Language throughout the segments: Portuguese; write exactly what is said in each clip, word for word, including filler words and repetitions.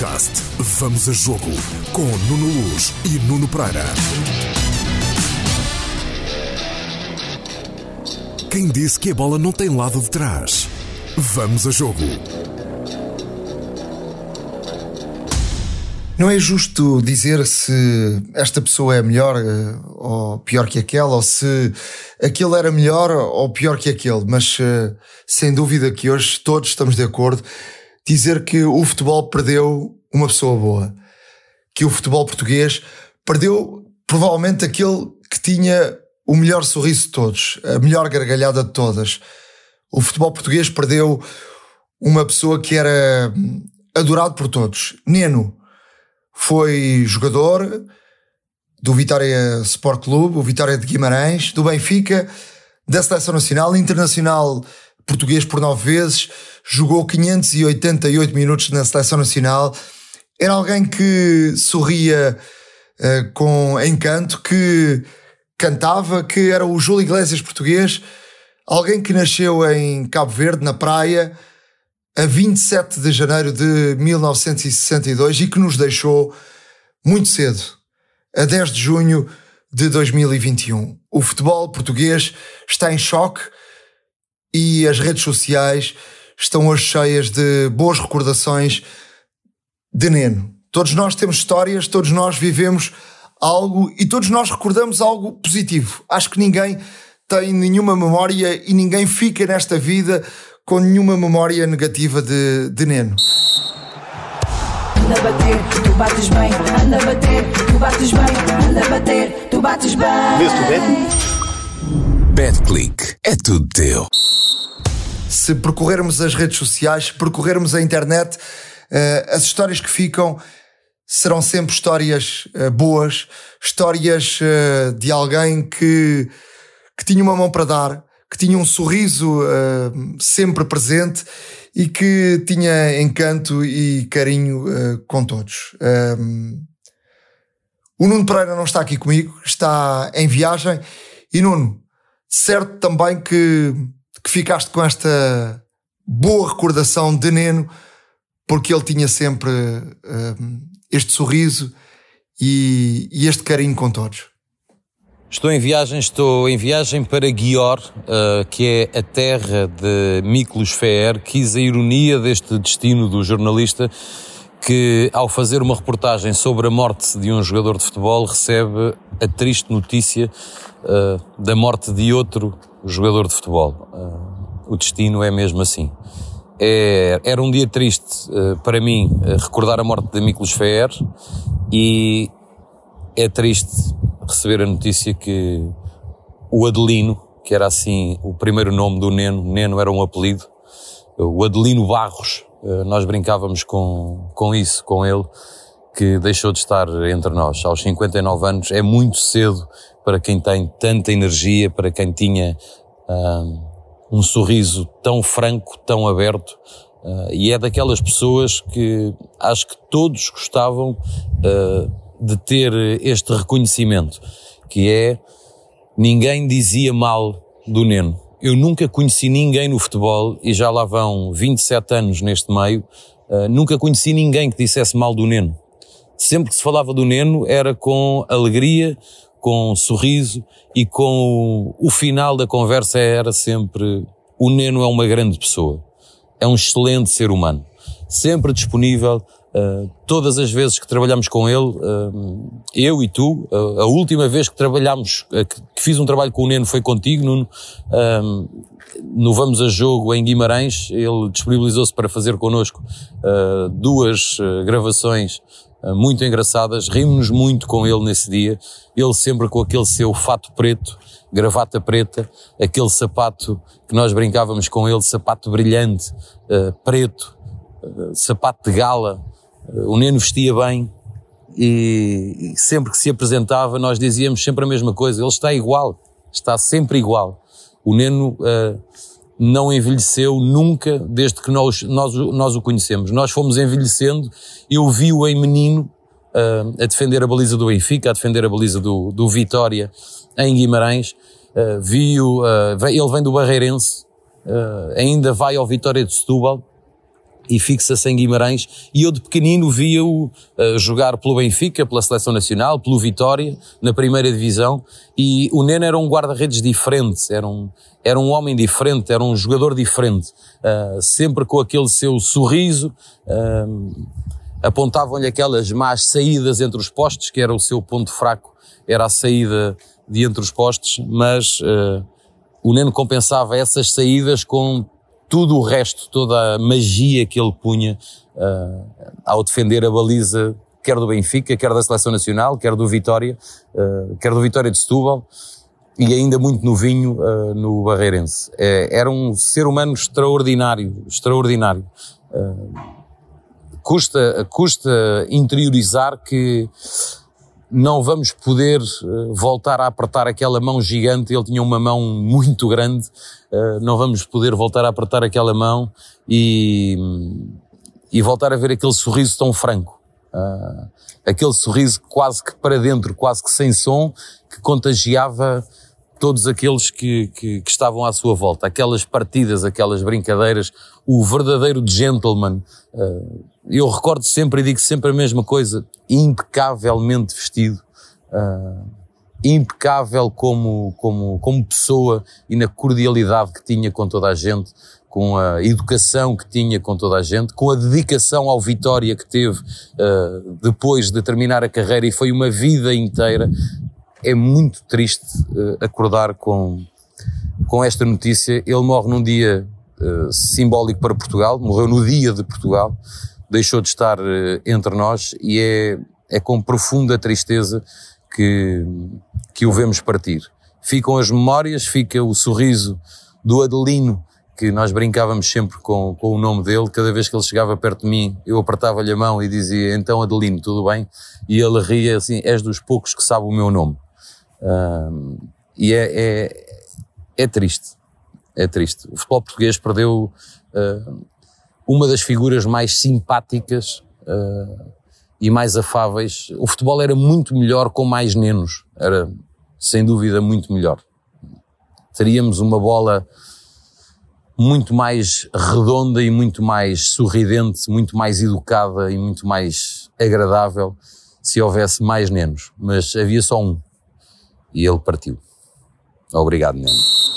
Podcast Vamos a Jogo com Nuno Luz e Nuno Pereira. Quem disse que a bola não tem lado de trás? Vamos a Jogo. Não é justo dizer se esta pessoa é melhor ou pior que aquela, ou se aquele era melhor ou pior que aquele, mas sem dúvida que hoje todos estamos de acordo dizer que o futebol perdeu uma pessoa boa, que o futebol português perdeu provavelmente aquele que tinha o melhor sorriso de todos, a melhor gargalhada de todas. O futebol português perdeu uma pessoa que era adorado por todos. Neno foi jogador do Vitória Sport Clube, o Vitória de Guimarães, do Benfica, da Seleção Nacional, internacional português por nove vezes, jogou quinhentos e oitenta e oito minutos na Seleção Nacional. Era alguém que sorria uh, com encanto, que cantava, que era o Júlio Iglesias português, alguém que nasceu em Cabo Verde, na praia, a vinte e sete de janeiro de mil novecentos e sessenta e dois e que nos deixou muito cedo, a dez de junho de dois mil e vinte e um. O futebol português está em choque e as redes sociais estão hoje cheias de boas recordações de Neno. Todos nós temos histórias, todos nós vivemos algo e todos nós recordamos algo positivo. Acho que ninguém tem nenhuma memória e ninguém fica nesta vida com nenhuma memória negativa de, de Neno. Anda a bater, tu bates bem. Anda a bater, tu bates bem. Anda a bater, tu bates bem. Vês tu, Bet? BetClick, é tudo teu. Se percorrermos as redes sociais, se percorrermos a internet, uh, as histórias que ficam serão sempre histórias uh, boas, histórias uh, de alguém que, que tinha uma mão para dar, que tinha um sorriso uh, sempre presente e que tinha encanto e carinho uh, com todos. Um, o Nuno Pereira não está aqui comigo, está em viagem. E Nuno, certo também que, que ficaste com esta boa recordação de Neno, porque ele tinha sempre uh, este sorriso e, e este carinho com todos. Estou em viagem, estou em viagem para Győr, uh, que é a terra de Miklós Ferrer. Quis a ironia deste destino do jornalista que, ao fazer uma reportagem sobre a morte de um jogador de futebol, recebe a triste notícia uh, da morte de outro jogador de futebol. Uh, o destino é mesmo assim. É, era um dia triste uh, para mim uh, recordar a morte de Miklós Ferrer e é triste receber a notícia que o Adelino, que era assim o primeiro nome do Neno, Neno era um apelido, o Adelino Barros, nós brincávamos com, com isso, com ele, que deixou de estar entre nós. Aos cinquenta e nove anos é muito cedo para quem tem tanta energia, para quem tinha um, um sorriso tão franco, tão aberto, uh, e é daquelas pessoas que acho que todos gostavam uh, de ter este reconhecimento, que é, ninguém dizia mal do Neno. Eu nunca conheci ninguém no futebol, e já lá vão vinte e sete anos neste meio, uh, nunca conheci ninguém que dissesse mal do Neno. Sempre que se falava do Neno era com alegria, com sorriso, e com o, o final da conversa era sempre: o Neno é uma grande pessoa, é um excelente ser humano, sempre disponível. Uh, todas as vezes que trabalhamos com ele, uh, eu e tu, uh, a última vez que trabalhámos, uh, que, que fiz um trabalho com o Neno foi contigo, Nuno, uh, no Vamos a Jogo em Guimarães. Ele disponibilizou-se para fazer connosco uh, duas uh, gravações uh, muito engraçadas. Rimos-nos muito com ele nesse dia, ele sempre com aquele seu fato preto, gravata preta, aquele sapato que nós brincávamos com ele, sapato brilhante, uh, preto, uh, sapato de gala. O Neno vestia bem e sempre que se apresentava nós dizíamos sempre a mesma coisa: ele está igual, está sempre igual. O Neno uh, não envelheceu nunca desde que nós, nós, nós o conhecemos. Nós fomos envelhecendo, eu vi-o em menino uh, a defender a baliza do Benfica, a defender a baliza do, do Vitória em Guimarães, uh, vi-o, uh, ele vem do Barreirense, uh, ainda vai ao Vitória de Setúbal. e fixa-se em Guimarães, e eu de pequenino via-o uh, jogar pelo Benfica, pela Seleção Nacional, pelo Vitória, na primeira divisão, e o Neno era um guarda-redes diferente, era um, era um homem diferente, era um jogador diferente, uh, sempre com aquele seu sorriso, uh, apontavam-lhe aquelas más saídas entre os postes, que era o seu ponto fraco, era a saída de entre os postes, mas uh, o Neno compensava essas saídas com tudo o resto, toda a magia que ele punha uh, ao defender a baliza, quer do Benfica, quer da Seleção Nacional, quer do Vitória, uh, quer do Vitória de Setúbal, e ainda muito novinho uh, no Barreirense. É, era um ser humano extraordinário, extraordinário. Uh, custa, custa interiorizar que não vamos poder uh, voltar a apertar aquela mão gigante. Ele tinha uma mão muito grande, uh, não vamos poder voltar a apertar aquela mão e, e voltar a ver aquele sorriso tão franco, uh, aquele sorriso quase que para dentro, quase que sem som, que contagiava todos aqueles que, que, que estavam à sua volta, aquelas partidas, aquelas brincadeiras, o verdadeiro gentleman. Uh, eu recordo sempre e digo sempre a mesma coisa, impecavelmente vestido, uh, impecável como, como, como pessoa e na cordialidade que tinha com toda a gente, com a educação que tinha com toda a gente, com a dedicação ao Vitória que teve uh, depois de terminar a carreira, e foi uma vida inteira. É muito triste uh, acordar com, com esta notícia. Ele morre num dia uh, simbólico para Portugal, morreu no dia de Portugal, deixou de estar uh, entre nós, e é, é com profunda tristeza que, que o vemos partir. Ficam as memórias, fica o sorriso do Adelino, que nós brincávamos sempre com, com o nome dele. Cada vez que ele chegava perto de mim, eu apertava-lhe a mão e dizia: então Adelino, tudo bem? E ele ria assim: és dos poucos que sabe o meu nome. Uh, e é, é, é triste, é triste. O futebol português perdeu uh, uma das figuras mais simpáticas uh, e mais afáveis. O futebol era muito melhor com mais nenos, era sem dúvida muito melhor. Teríamos uma bola muito mais redonda e muito mais sorridente, muito mais educada e muito mais agradável se houvesse mais nenos, mas havia só um. E ele partiu. Obrigado, Neno.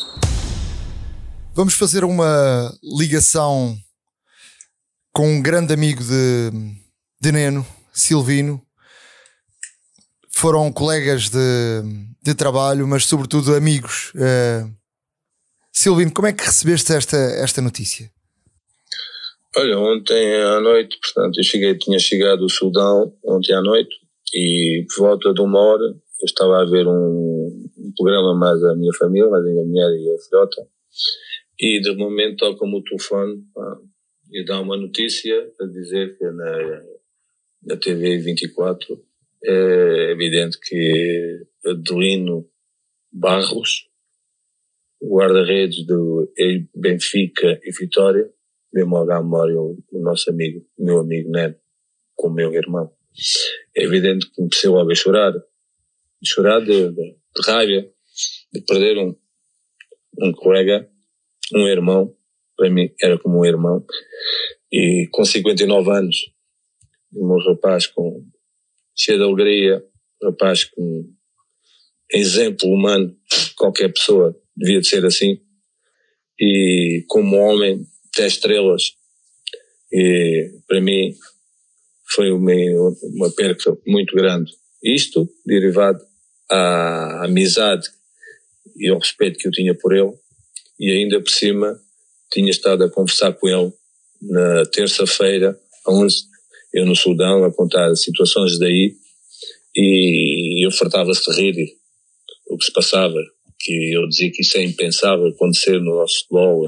Vamos fazer uma ligação com um grande amigo de, de Neno, Silvino. Foram colegas de, de trabalho, mas sobretudo amigos. Uh, Silvino, como é que recebeste esta, esta notícia? Olha, ontem à noite, portanto, eu cheguei, tinha chegado do Sudão ontem à noite, e por volta de uma hora eu estava a ver um, um programa mais a minha família, mais a minha mulher e a filhota, e de momento toca-me o telefone, pá, e dá uma notícia a dizer que na, na T V vinte e quatro é evidente que Adelino Barros, o guarda-redes do Benfica e Vitória, veio-me logo à memória o, o nosso amigo, o meu amigo Neno, com o meu irmão. É evidente que comecei logo a chorar, chorar de, de, de raiva, de perder um, um colega, um irmão, para mim era como um irmão, e com cinquenta e nove anos, um rapaz com, cheio de alegria, um rapaz com exemplo humano, qualquer pessoa devia de ser assim, e como homem, dez estrelas, e para mim foi uma, uma perca muito grande. Isto derivado à amizade e ao respeito que eu tinha por ele, e ainda por cima tinha estado a conversar com ele na terça-feira, onde eu no Sudão, a contar situações daí, e eu fartava-se de rir o que se passava, que eu dizia que isso é impensável acontecer no nosso futebol.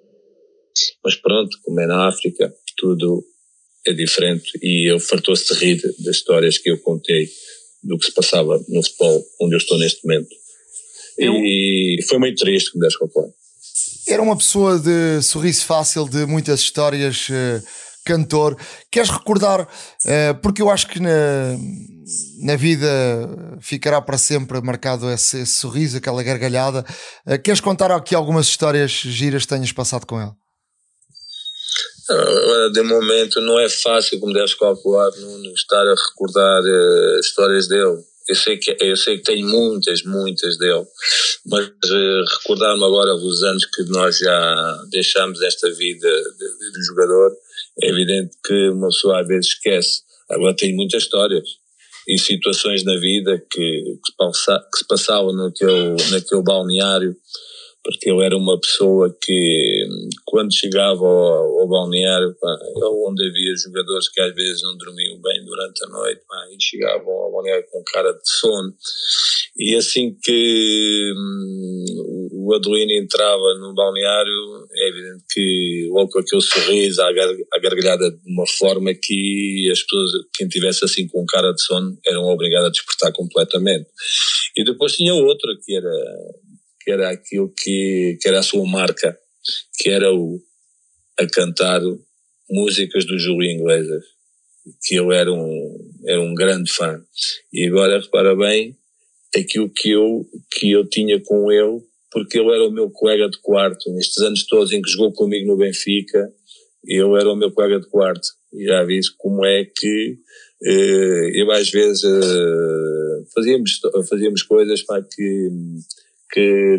Mas pronto, como é na África, tudo é diferente, e eu fartou-se de rir das histórias que eu contei do que se passava no futebol onde eu estou neste momento. Eu... E foi muito triste que me desse completo. Era uma pessoa de sorriso fácil, de muitas histórias, uh, cantor. Queres recordar, uh, porque eu acho que na, na vida ficará para sempre marcado esse, esse sorriso, aquela gargalhada. Uh, queres contar aqui algumas histórias giras que tenhas passado com ele? Agora, de momento, não é fácil, como deves calcular, não estar a recordar uh, histórias dele. Eu sei, que, eu sei que tenho muitas, muitas dele, mas uh, recordar-me agora dos anos que nós já deixámos esta vida de, de, de jogador, é evidente que uma pessoa às vezes esquece. Agora tenho muitas histórias e situações na vida que, que, se, passa, que se passavam naquele, naquele balneário, porque eu era uma pessoa que, quando chegava ao, ao balneário, pá, eu, onde havia jogadores que às vezes não dormiam bem durante a noite, pá, e chegavam ao balneário com cara de sono, e assim que hum, o Adelino entrava no balneário, é evidente que logo com aquele sorriso, a, gar, a gargalhada de uma forma que as pessoas, quem tivesse assim com cara de sono, eram obrigadas a despertar completamente. E depois tinha outra que era... que era aquilo que, que era a sua marca, que era o, a cantar músicas do Júlio Iglesias, que eu era um, era um grande fã. E agora, repara bem, aquilo que eu, que eu tinha com ele, porque ele era o meu colega de quarto, nestes anos todos em que jogou comigo no Benfica, ele era o meu colega de quarto. E já vi como é que eh, eu às vezes eh, fazíamos, fazíamos coisas para que que,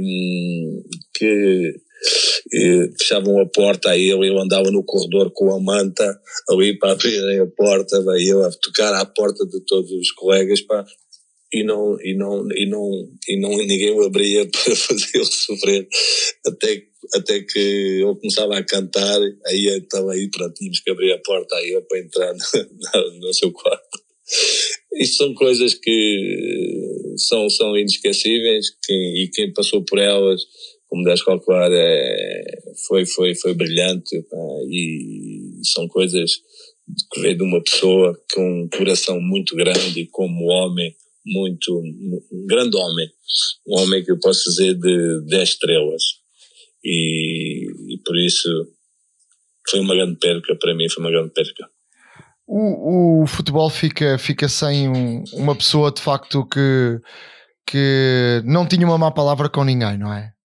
que eh, fechavam a porta a ele, eu andava no corredor com a manta ali para abrir a porta, daí eu a tocar à porta de todos os colegas, pá, e não, e não, e não, e não ninguém o abria para fazer ele sofrer, até, até que eu começava a cantar, aí eu estava aí, pronto, tínhamos que abrir a porta aí para entrar no, no seu quarto. Isto são coisas que são, são inesquecíveis, que, e quem passou por elas, como deves calcular, é, foi, foi, foi brilhante, pá, e são coisas que vêm de uma pessoa com um coração muito grande e como homem, muito, um grande homem, um homem que eu posso dizer de dez estrelas, e, e por isso foi uma grande perca, para mim foi uma grande perca. O, o futebol fica, fica sem um, uma pessoa de facto que, que não tinha uma má palavra com ninguém, não é?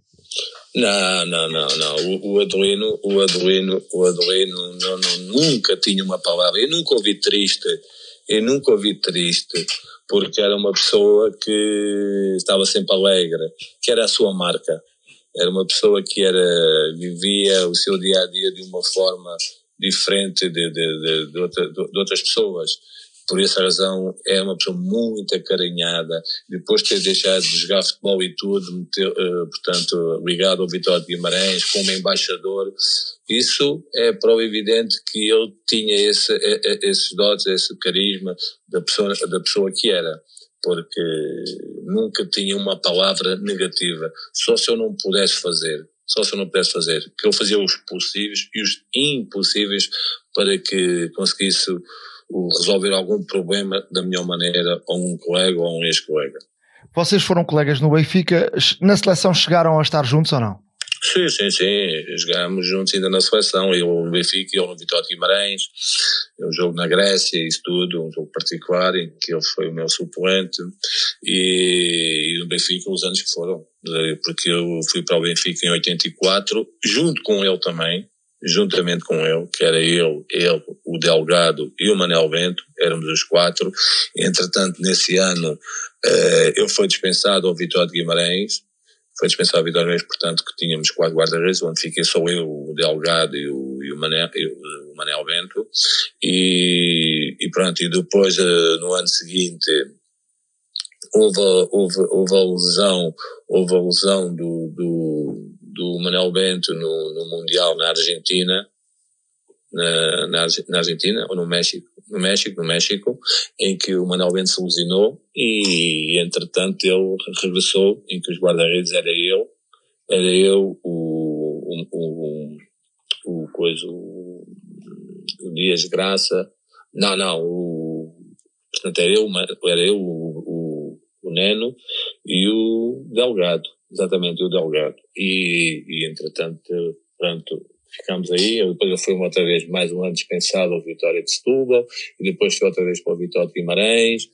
Não, não, não, não. O, o Adelino, o Adelino, o Adelino não, não, nunca tinha uma palavra. Eu nunca ouvi triste, eu nunca ouvi triste, porque era uma pessoa que estava sempre alegre, que era a sua marca. Era uma pessoa que era, vivia o seu dia a dia de uma forma diferente de, de, de, de, outra, de outras pessoas. Por essa razão é uma pessoa muito acarinhada, depois de ter deixado de jogar futebol e tudo, meter, uh, portanto, ligado ao Vitória de Guimarães como embaixador. Isso é prova evidente que ele tinha esse, esses dotes, esse carisma da pessoa, da pessoa que era, porque nunca tinha uma palavra negativa, só se eu não pudesse fazer. Só se eu não pudesse fazer, que eu fazia os possíveis e os impossíveis para que conseguisse resolver algum problema da melhor maneira a um colega ou a um ex-colega. Vocês foram colegas no Benfica, na seleção chegaram a estar juntos ou não? Sim, sim, sim, jogámos juntos ainda na seleção, eu no Benfica, eu no Vitória de Guimarães, um jogo na Grécia, isso tudo, um jogo particular em que ele foi o meu suplente, e, e no Benfica os anos que foram, porque eu fui para o Benfica em oitenta e quatro, junto com ele também, juntamente com ele, que era ele, ele, o Delgado e o Manel Bento, éramos os quatro. Entretanto, nesse ano, eh, eu fui dispensado ao Vitória de Guimarães, foi dispensado ao Vitória de Guimarães, portanto, que tínhamos quatro guarda-redes, onde fiquei só eu, o Delgado e o, e o, Manel, e o Manel Bento, e, e pronto, e depois, eh, no ano seguinte, houve, houve, houve a lesão, houve a lesão do, do, do Manel Bento no, no Mundial na Argentina, na, na, na Argentina ou no México, no México, no México, em que o Manel Bento se lesionou e, entretanto, ele regressou, em que os guarda-redes era ele, era eu, o, o, o, o, coisa, o, o Dias Graça, não, não, o, portanto, era eu, era eu o, o, o Neno e o Delgado, exatamente, o Delgado, e, e entretanto, pronto, ficámos aí, eu depois eu fui uma outra vez, mais um ano dispensado ao Vitória de Setúbal, e depois fui outra vez para o Vitória de Guimarães,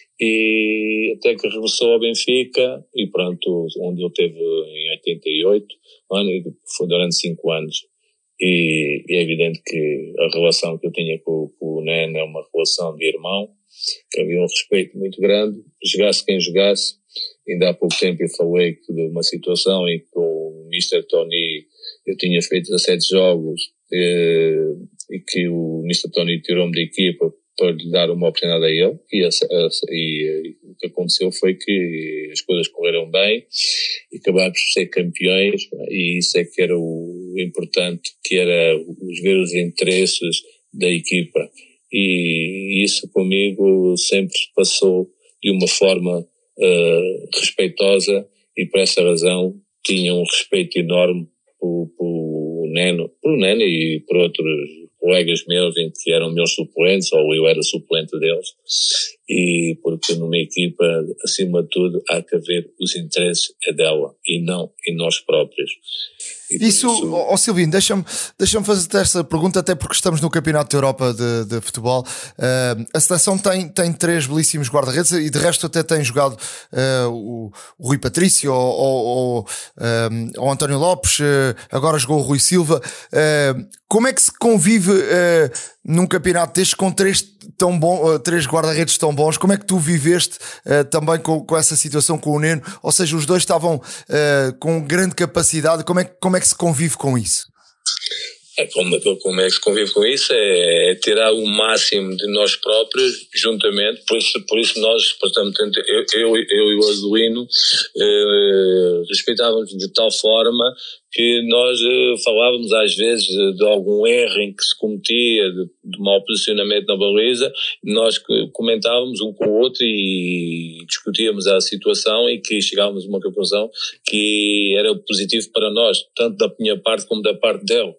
e até que regressou ao Benfica, e pronto, onde ele teve em oitenta e oito, ano, foi durante cinco anos. e, e é evidente que a relação que eu tinha com, com o Neno é uma relação de irmão, que havia um respeito muito grande, jogasse quem jogasse. Ainda há pouco tempo eu falei de uma situação em que o mister Tony, eu tinha feito dezassete jogos eh, e que o mister Tony tirou-me da equipa para lhe dar uma oportunidade a ele, e, a, a, e, e o que aconteceu foi que as coisas correram bem e acabámos por ser campeões, e isso é que era o importante, que era os ver os interesses da equipa, e isso comigo sempre passou de uma forma uh, respeitosa, e por essa razão tinha um respeito enorme por, por Neno, por Neno e por outros colegas meus em que eram meus suplentes, ou eu era suplente deles, e porque numa equipa, acima de tudo, há que haver os interesses é dela e não em nós próprios. E isso, ó oh, Silvino, deixa-me deixa-me fazer essa pergunta, até porque estamos no Campeonato da Europa de, de Futebol. Uh, a seleção tem, tem três belíssimos guarda-redes, e de resto até tem jogado uh, o, o Rui Patrício, ou, ou, ou um, o António Lopes, uh, agora jogou o Rui Silva. Uh, como é que se convive uh, num campeonato destes com três, tão bom, uh, três guarda-redes tão bons? Como é que tu viveste uh, também com, com essa situação com o Neno? Ou seja, os dois estavam uh, com grande capacidade. Como é, como é que se convive com isso? É, como, como é que se convive com isso? É, é tirar o máximo de nós próprios juntamente, por isso, por isso nós, portanto, eu, eu, eu e o Adelino eh, respeitávamos de tal forma que nós eh, falávamos às vezes de algum erro em que se cometia, de, de mau posicionamento na baliza, nós comentávamos um com o outro e discutíamos a situação, e que chegávamos a uma conclusão que era positivo para nós, tanto da minha parte como da parte dele.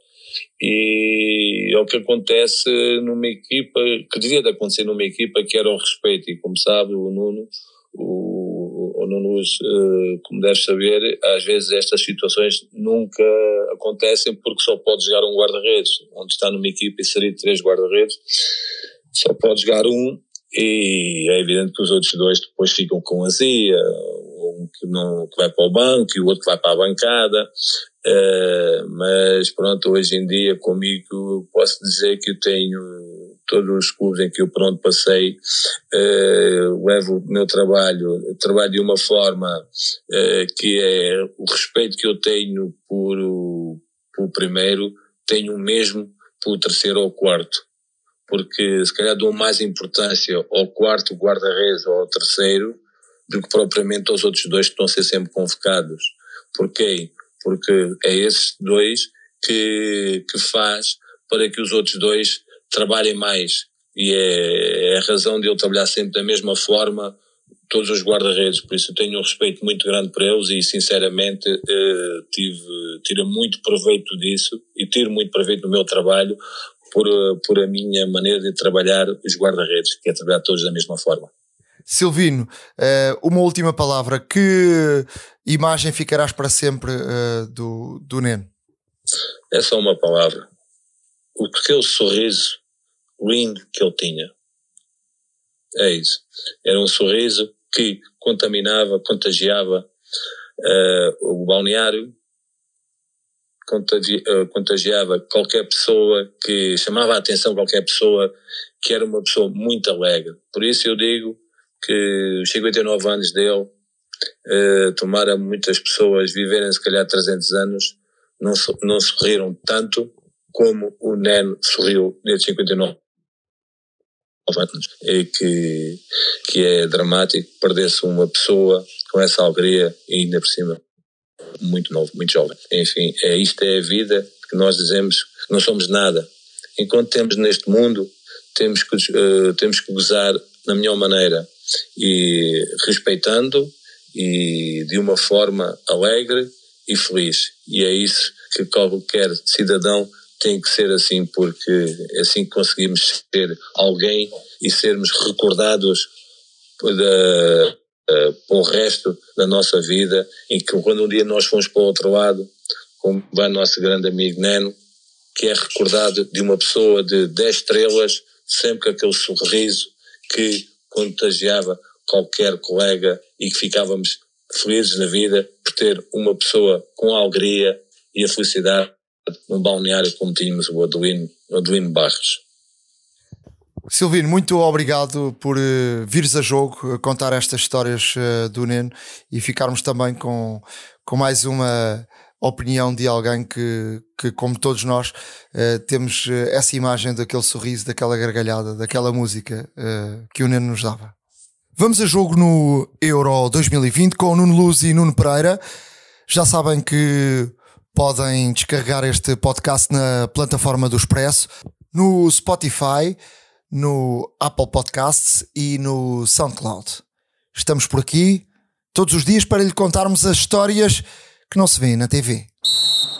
E é o que acontece numa equipa, que devia de acontecer numa equipa, que era o respeito. E como sabe o Nuno, o, o Nuno, como deve saber, às vezes estas situações nunca acontecem, porque só pode jogar um guarda-redes. Onde está numa equipa inserido três guarda-redes, só pode jogar um, e é evidente que os outros dois depois ficam com azia, um que, não, que vai para o banco e o outro que vai para a bancada. Uh, mas pronto, hoje em dia comigo posso dizer que eu tenho todos os clubes em que eu pronto passei, uh, levo o meu trabalho, trabalho de uma forma uh, que é o respeito que eu tenho por o, por o primeiro, tenho o mesmo por o terceiro ou o quarto, porque se calhar dou mais importância ao quarto guarda-redes ou ao terceiro do que propriamente aos outros dois que estão a ser sempre convocados. Porquê? Porque é esses dois que, que faz para que os outros dois trabalhem mais, e é, é a razão de eu trabalhar sempre da mesma forma todos os guarda-redes. Por isso eu tenho um respeito muito grande por eles, e sinceramente eh, tive, tiro muito proveito disso, e tiro muito proveito do meu trabalho por, por a minha maneira de trabalhar os guarda-redes, que é trabalhar todos da mesma forma. Silvino, uma última palavra. Que imagem ficarás para sempre do, do Neno? É só uma palavra. O aquele sorriso lindo que ele tinha. É isso. Era um sorriso que contaminava, contagiava uh, o balneário, contagi, uh, contagiava qualquer pessoa, que chamava a atenção qualquer pessoa, que era uma pessoa muito alegre. Por isso eu digo que os cinquenta e nove anos dele, uh, tomara muitas pessoas viverem se calhar trezentos anos, não, não sorriram tanto como o Neno sorriu nesses cinquenta e nove anos. E que, que é dramático perder-se uma pessoa com essa alegria, e ainda por cima muito novo, muito jovem. Enfim, é, isto é a vida, que nós dizemos que não somos nada. Enquanto temos neste mundo, temos que, uh, temos que gozar na melhor maneira, e respeitando, e de uma forma alegre e feliz. E é isso que qualquer cidadão tem que ser, assim, porque é assim que conseguimos ser alguém e sermos recordados da, uh, para o resto da nossa vida, em que quando um dia nós fomos para o outro lado, como vai nosso grande amigo Neno, que é recordado de uma pessoa de dez estrelas, sempre com aquele sorriso que contagiava qualquer colega, e que ficávamos felizes na vida por ter uma pessoa com a alegria e a felicidade no balneário como tínhamos o Adelino, o Adelino Barros. Silvino, muito obrigado por uh, vires a jogo uh, contar estas histórias uh, do Neno e ficarmos também com, com mais uma opinião de alguém que, que como todos nós, uh, temos uh, essa imagem daquele sorriso, daquela gargalhada, daquela música uh, que o Neno nos dava. Vamos a jogo no Euro dois mil e vinte com Nuno Luz e Nuno Pereira. Já sabem que podem descarregar este podcast na plataforma do Expresso, no Spotify, no Apple Podcasts e no SoundCloud. Estamos por aqui todos os dias para lhe contarmos as histórias que não se vêem na T V.